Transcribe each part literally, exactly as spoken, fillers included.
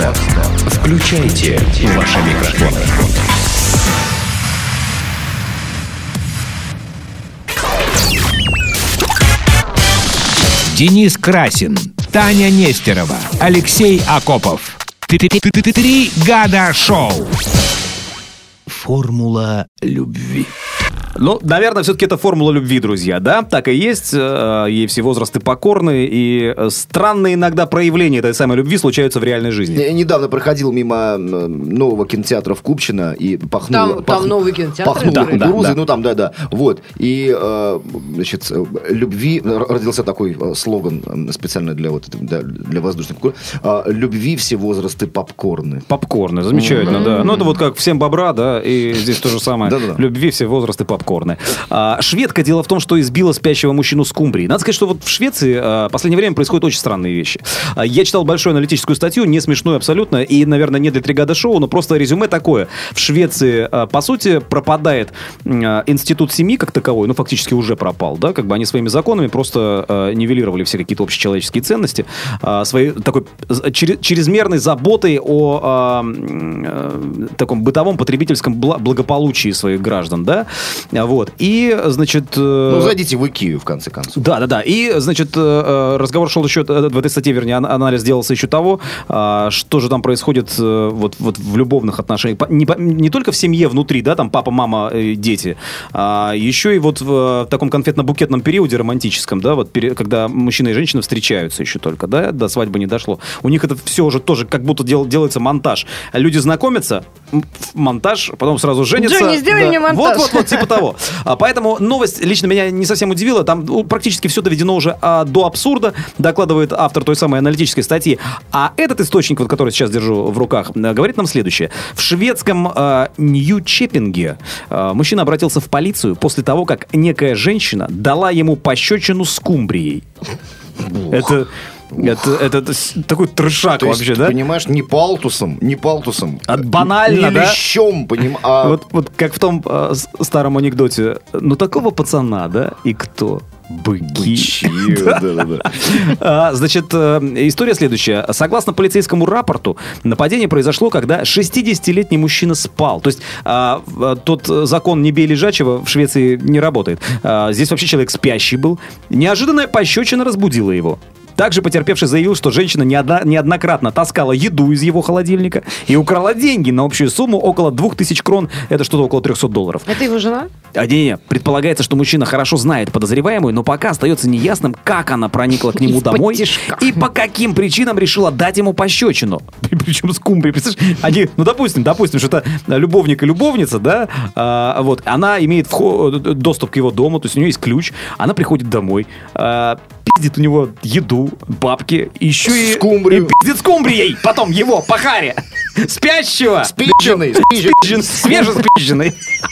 Включайте ваши микрофоны. Денис Красин, Таня Нестерова, Алексей Акопов. Три года шоу. Формула любви. Ну, наверное, все-таки это формула любви, друзья, да? Так и есть. Ей все возрасты покорны, и странные иногда проявления этой самой любви случаются в реальной жизни. Я недавно проходил мимо нового кинотеатра в Купчино и пахнуло... Там, пах... там новый кинотеатр? Пахнуло да, кукурузой, да, да. ну там, да-да. Вот. И, значит, любви... Родился такой слоган специально для, вот, для, для воздушных кукуруз. Любви все возрасты попкорны. Попкорны, замечательно, mm-hmm. да. Ну, это вот как всем бобра, да, и здесь то же самое. Любви все возрасты попкорны. А, шведка, дело в том, что избила спящего мужчину скумбрией. Надо сказать, что вот в Швеции а, в последнее время происходят очень странные вещи. А, я читал большую аналитическую статью, не смешную абсолютно, и, наверное, не для три года шоу, но просто резюме такое. В Швеции, а, по сути, пропадает а, институт семьи как таковой, ну, фактически уже пропал, да, как бы они своими законами просто а, нивелировали все какие-то общечеловеческие ценности, а, своей такой чер- чрезмерной заботой о а, а, таком бытовом потребительском благополучии своих граждан, да. Вот. И, значит... Ну, зайдите в Икею, в конце концов. Да-да-да. И, значит, разговор шел еще... В этой статье, вернее, анализ делался еще того, что же там происходит вот, вот в любовных отношениях. Не, не только в семье внутри, да, там папа, мама, дети, а еще и вот в таком конфетно-букетном периоде романтическом, да, вот когда мужчина и женщина встречаются еще только, да, до свадьбы не дошло. У них это все уже тоже как будто дел, делается монтаж. Люди знакомятся, монтаж, потом сразу женятся. Джонни, сделай да. мне монтаж. Вот-вот-вот, типа того. А, поэтому новость лично меня не совсем удивила. Там ну, практически все доведено уже а, до абсурда, докладывает автор той самой аналитической статьи. А этот источник, вот, который сейчас держу в руках, говорит нам следующее. В шведском а, Нью-Чеппинге а, мужчина обратился в полицию после того, как некая женщина дала ему пощечину скумбрией. Это... Это, это, это такой трешак То вообще, есть, да? Ты понимаешь, не палтусом, не палтусом. А банально, не да? лещом, поним... а... вот, вот как в том э, старом анекдоте. Ну, такого пацана, да? И кто? Быки. Да-да-да. Значит, история следующая. Согласно полицейскому рапорту, нападение произошло, когда шестидесятилетний мужчина спал. То есть тот закон «не бей лежачего» в Швеции не работает. Здесь вообще человек спящий был. Неожиданная пощечина разбудила его. Также потерпевший заявил, что женщина неодно- неоднократно таскала еду из его холодильника и украла деньги на общую сумму около двух тысяч крон. Это что-то около трехсот долларов. Это его жена? А не, не, предполагается, что мужчина хорошо знает подозреваемую, но пока остается неясным, как она проникла к нему домой и по каким причинам решила дать ему пощечину. Причем скумбрией, представляешь? Они, ну, допустим, допустим, что это любовник и любовница, да, а, вот, она имеет вход, доступ к его дому, то есть у нее есть ключ, она приходит домой, а, пиздит у него еду, бабки, еще и, и пиздит скумбрией, потом его, по харе, спящего, спизженный, свежеспизженный.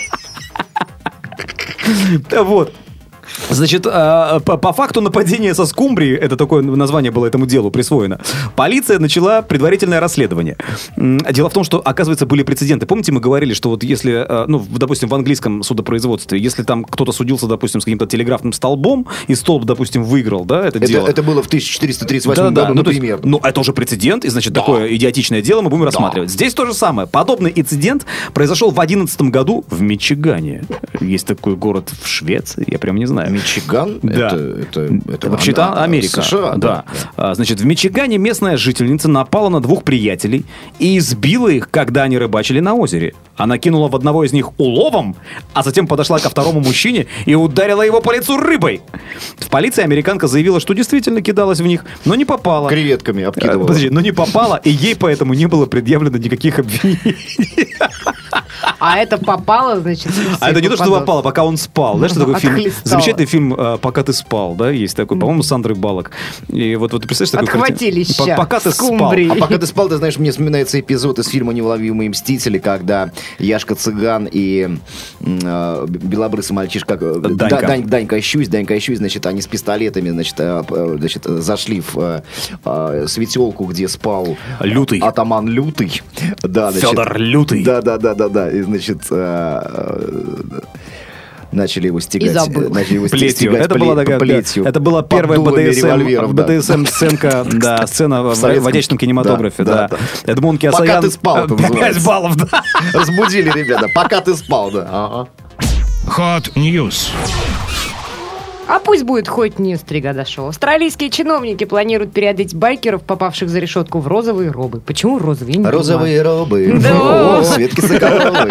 Вот. Значит, по, по факту нападения со скумбрией, это такое название было этому делу присвоено, полиция начала предварительное расследование. Дело в том, что, оказывается, были прецеденты. Помните, мы говорили, что вот если, ну, допустим, в английском судопроизводстве, если там кто-то судился, допустим, с каким-то телеграфным столбом, и столб, допустим, выиграл, да, это, это дело. Это было в тысяча четыреста тридцать восьмом да, году, да, например. Ну, это уже прецедент, и, значит, да. такое идиотичное дело мы будем да. рассматривать. Здесь то же самое. Подобный инцидент произошел в одиннадцатом году в Мичигане. Есть такой город в Швеции, я прям не знаю. Мичиган? Да. Это, это, это вообще-то она, Америка. США. Да. Да. Значит, в Мичигане местная жительница напала на двух приятелей и избила их, когда они рыбачили на озере. Она кинула в одного из них уловом, а затем подошла ко второму мужчине и ударила его по лицу рыбой. В полиции американка заявила, что действительно кидалась в них, но не попала. Креветками обкидывала. Подожди, но не попала, и ей поэтому не было предъявлено никаких обвинений. А это попало, значит... А это не то, что попало, пока он спал. Знаешь, что такой фильм? Замечательный фильм «Пока ты спал», да, есть такой, по-моему, с Сандрой Баллок. И вот, вот ты представляешь такую картину? Отхватили Пока ты спал. А пока ты спал, ты знаешь, мне вспоминается эпизод из фильма «Неуловимые мстители», когда Яшка Цыган и э, белобрысый мальчишка Данька. Дань, Данька Щусь, Данька Щусь, значит, они с пистолетами, значит, э, значит зашли в э, светелку, где спал Лютый. атаман Лютый. Да, значит, Федор Лютый. Да, да, да, да, да. И, значит, э, начали его стегать. И забыл. Начали его Плетью. стегать Это была такая, плетью. это была Под первая дулами БДСМ, револьверов, да. БДСМ-сценка, да, сцена в, советском- в отечественном кинематографе, да, да. да, Эдмон Пока Киасаян. ты спал, это По пять называется. баллов, да. Разбудили, ребята. Пока ты спал, да. Ага. Hot News. А пусть будет хоть не три года шоу. Австралийские чиновники планируют переодеть байкеров, попавших за решетку, в розовые робы. Почему розовые? Я не понимаю. Розовые робы. Да. О, Светки Соколовой.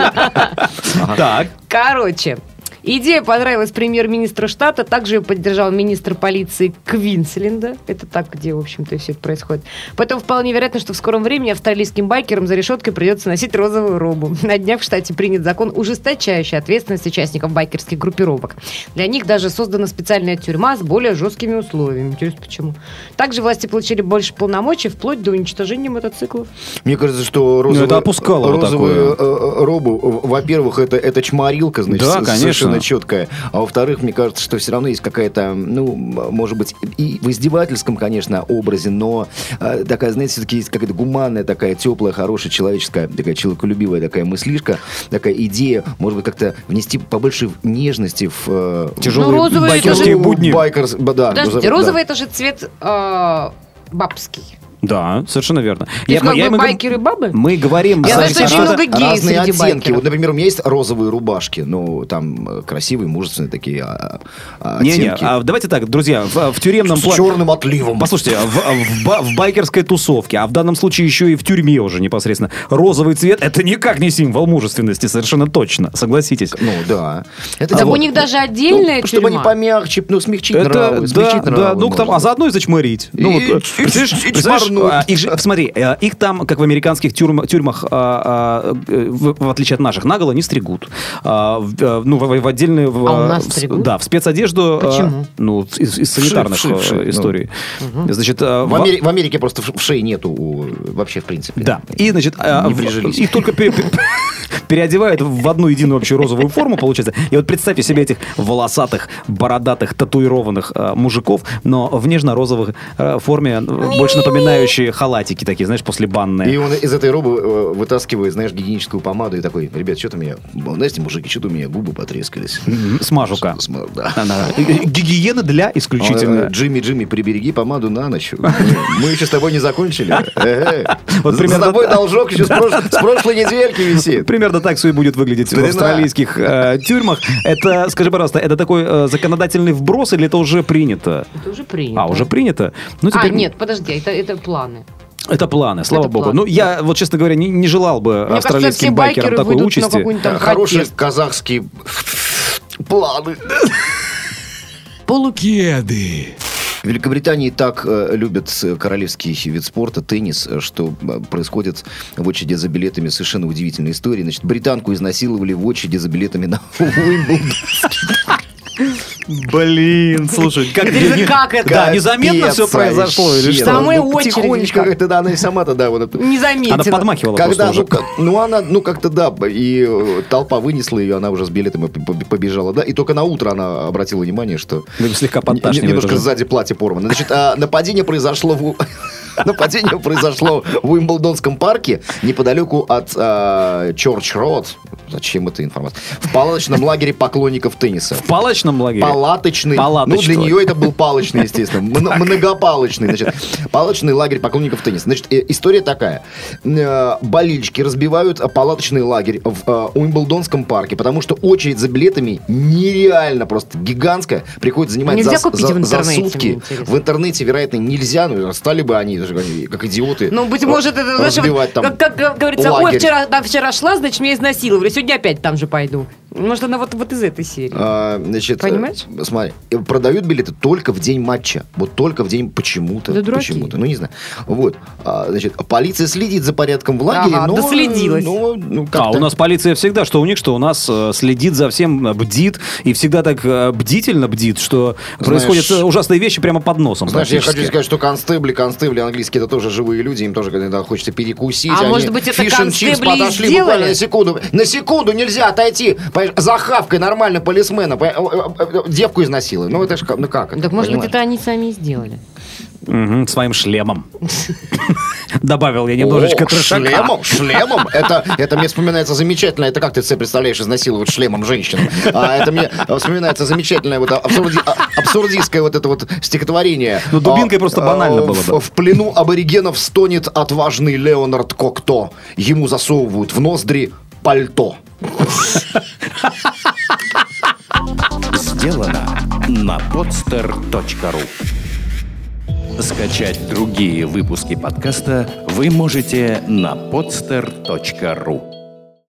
Так. Короче, идея понравилась премьер-министру штата, также ее поддержал министр полиции Квинсленда. Это так, где, в общем-то, все это происходит. Поэтому вполне вероятно, что в скором времени австралийским байкерам за решеткой придется носить розовую робу. На днях в штате принят закон, ужесточающий ответственность участников байкерских группировок. Для них даже создана специальная тюрьма с более жесткими условиями. Интересно, почему? Также власти получили больше полномочий, вплоть до уничтожения мотоциклов. Мне кажется, что розовые, это опускало вот розовые э, робу, во-первых, это, это чморилка, значит, Да, с- конечно. совершенно четкая. А во-вторых, мне кажется, что все равно есть какая-то, ну, может быть, и в издевательском, конечно, образе, но э, такая, знаете, все-таки есть какая-то гуманная, такая теплая, хорошая, человеческая, такая человеколюбивая такая мыслишка, такая идея, может быть, как-то внести побольше нежности в э, Тяжелые Ну, розовые байкерские это же- будни. байкерс, да, Подождите, да. розовый это же цвет э, бабский. Да, совершенно верно. То есть как бы ему- байкеры бабы? Мы говорим... Я за- знаю, что очень за- много геев разные среди оттенки. байкеров. Вот, например, у меня есть розовые рубашки, ну, там э, красивые, мужественные такие а, а, Не-не, оттенки. а давайте так, друзья, в, в тюремном С пла- черным отливом. Послушайте, в, в ба- в байкерской тусовке, а в данном случае еще и в тюрьме уже непосредственно, розовый цвет — это никак не символ мужественности, совершенно точно, согласитесь. Ну, да. Это Так вот. у них даже отдельная Ну, чтобы они тюрьма. помягче, ну, смягчить Это, нравы, да, смягчить да, нравы ну, там, можно. а заодно и зачморить. Ну, И- вот, и- представляешь, и- и представляешь, чморнуть. а, их же, смотри, э, их там, как в американских тюрьм- тюрьмах, а, а, э, в, в отличие от наших, наголо не стригут. А, в, э, ну, в, в отдельные... В, А у нас в- стригут? Да, в спецодежду. а, Почему? ну, из, из санитарных Вши, вши, э, вши, историй. Значит, а, В, в- Амери- в Америке просто в в шее нету у- вообще, в принципе. Да. И, значит, а, Не в- прижились. их только пере- пере- переодевают в одну единую общую розовую форму, получается. И вот представьте себе этих волосатых, бородатых, татуированных а, мужиков, но в нежно-розовых а, форме, а, больше напоминающие халатики такие, знаешь, после банные. И он из этой робы э, вытаскивает, знаешь, гигиеническую помаду и такой: ребят, что-то у меня, знаете, мужики, что-то у меня губы потрескались. М, Смажу-ка. См- да. Она- Гигиена для исключительно. А, Джимми, Джимми, прибереги помаду на ночь. Мы еще с тобой не закончили. Э-э. Вот За примерно тобой так. должок еще с прош- с прошлой недельки висит. Примерно так все и будет выглядеть в Старина. австралийских э, тюрьмах. Это, скажи, пожалуйста, это такой э, законодательный вброс или это уже принято? Это уже принято. А, уже принято? Ну, А, теперь- нет, подожди, это, это планы. Это планы, слава Это богу. планы. Ну, я, вот, честно говоря, не, не желал бы Мне кажется, все австралийским байкерам байкеры такой выйдут на участи. какую-нибудь там Хорошие протест. казахские планы. Полукеды. В Великобритании так э, любят э, королевский вид спорта, теннис, э, что э, происходит в очереди за билетами совершенно удивительные истории. Значит, британку изнасиловали в очереди за билетами на Уимблдон. Блин, слушай, как, Это же как это? Да, незаметно все Капец, произошло. Или вообще. что? Самой Ну, очереди потихонечку как? как-то, да, она и сама-то, да, вот это. Не заметила. Она подмахивала Когда, просто ну, уже. как- ну, она, ну, как-то, да, и э, толпа вынесла ее, она уже с билетами п- п- побежала, да, и только на утро она обратила внимание, что Ну, слегка н- подташнивает немножко уже. сзади платье порвано. Значит, а, нападение произошло в... Нападение произошло в Уимблдонском парке, неподалеку от Чорч-Род. Зачем эта информация? В палаточном лагере поклонников тенниса. В палочном лагере? Палаточный. Палаточный. Ну, для нее это был палочный, естественно. Мно- Многопалочный. Значит, палаточный лагерь поклонников тенниса. Значит, э, история такая. Э, Болельщики разбивают э, палаточный лагерь в э, Уимблдонском парке, потому что очередь за билетами нереально просто гигантская. Приходится занимать Нельзя за, купить за- в за интернете, мне сутки. интересно. В интернете, вероятно, нельзя. Ну, стали бы они, даже они, как идиоты, Ну, быть может, это, знаешь, разбивать вот, там как, как говорится, ой, лагерь. вчера, да, вчера шла, значит, меня изнасиловали, сегодня опять там же пойду. Может, она вот, вот из этой серии. А, значит, Понимаешь? э, смотри, э, продают билеты только в день матча. Вот только в день почему-то. Да дураки. Почему-то. Ну, не знаю. Вот. А, значит, полиция следит за порядком в лагере, Ага, но... доследилась. но, ну, А как-то- у нас полиция всегда, что у них, что у нас э, следит за всем, э, бдит, и всегда так э, бдительно бдит, что Знаешь- происходят э, ужасные вещи прямо под носом. Знаешь, я практически. хочу сказать, что констебли, констебли английские, это тоже живые люди, им тоже когда хочется перекусить. А они может быть, это fish and chips констебли и подошли сделали? буквально на секунду. На секунду нельзя отойти понимаешь, за хавкой нормально полисмена. по- э, э, Девку изнасиловали. Ну, это ж как- ну как? Так, может быть, понимаешь? это они сами и сделали. Мгм, своим шлемом. Добавил я немножечко трешака. Шлемом? Шлемом? Это, это мне вспоминается замечательно. Это как ты себе представляешь изнасиловать шлемом женщину? А, это мне вспоминается замечательное вот абсурди, абсурдистское вот это вот стихотворение. Ну, дубинкой а, просто банально а, было бы. В, в плену аборигенов стонет отважный Леонард Кокто. Ему засовывают в ноздри пальто. Сделано на подстер точка ру. Скачать другие выпуски подкаста вы можете на подстер точка ру.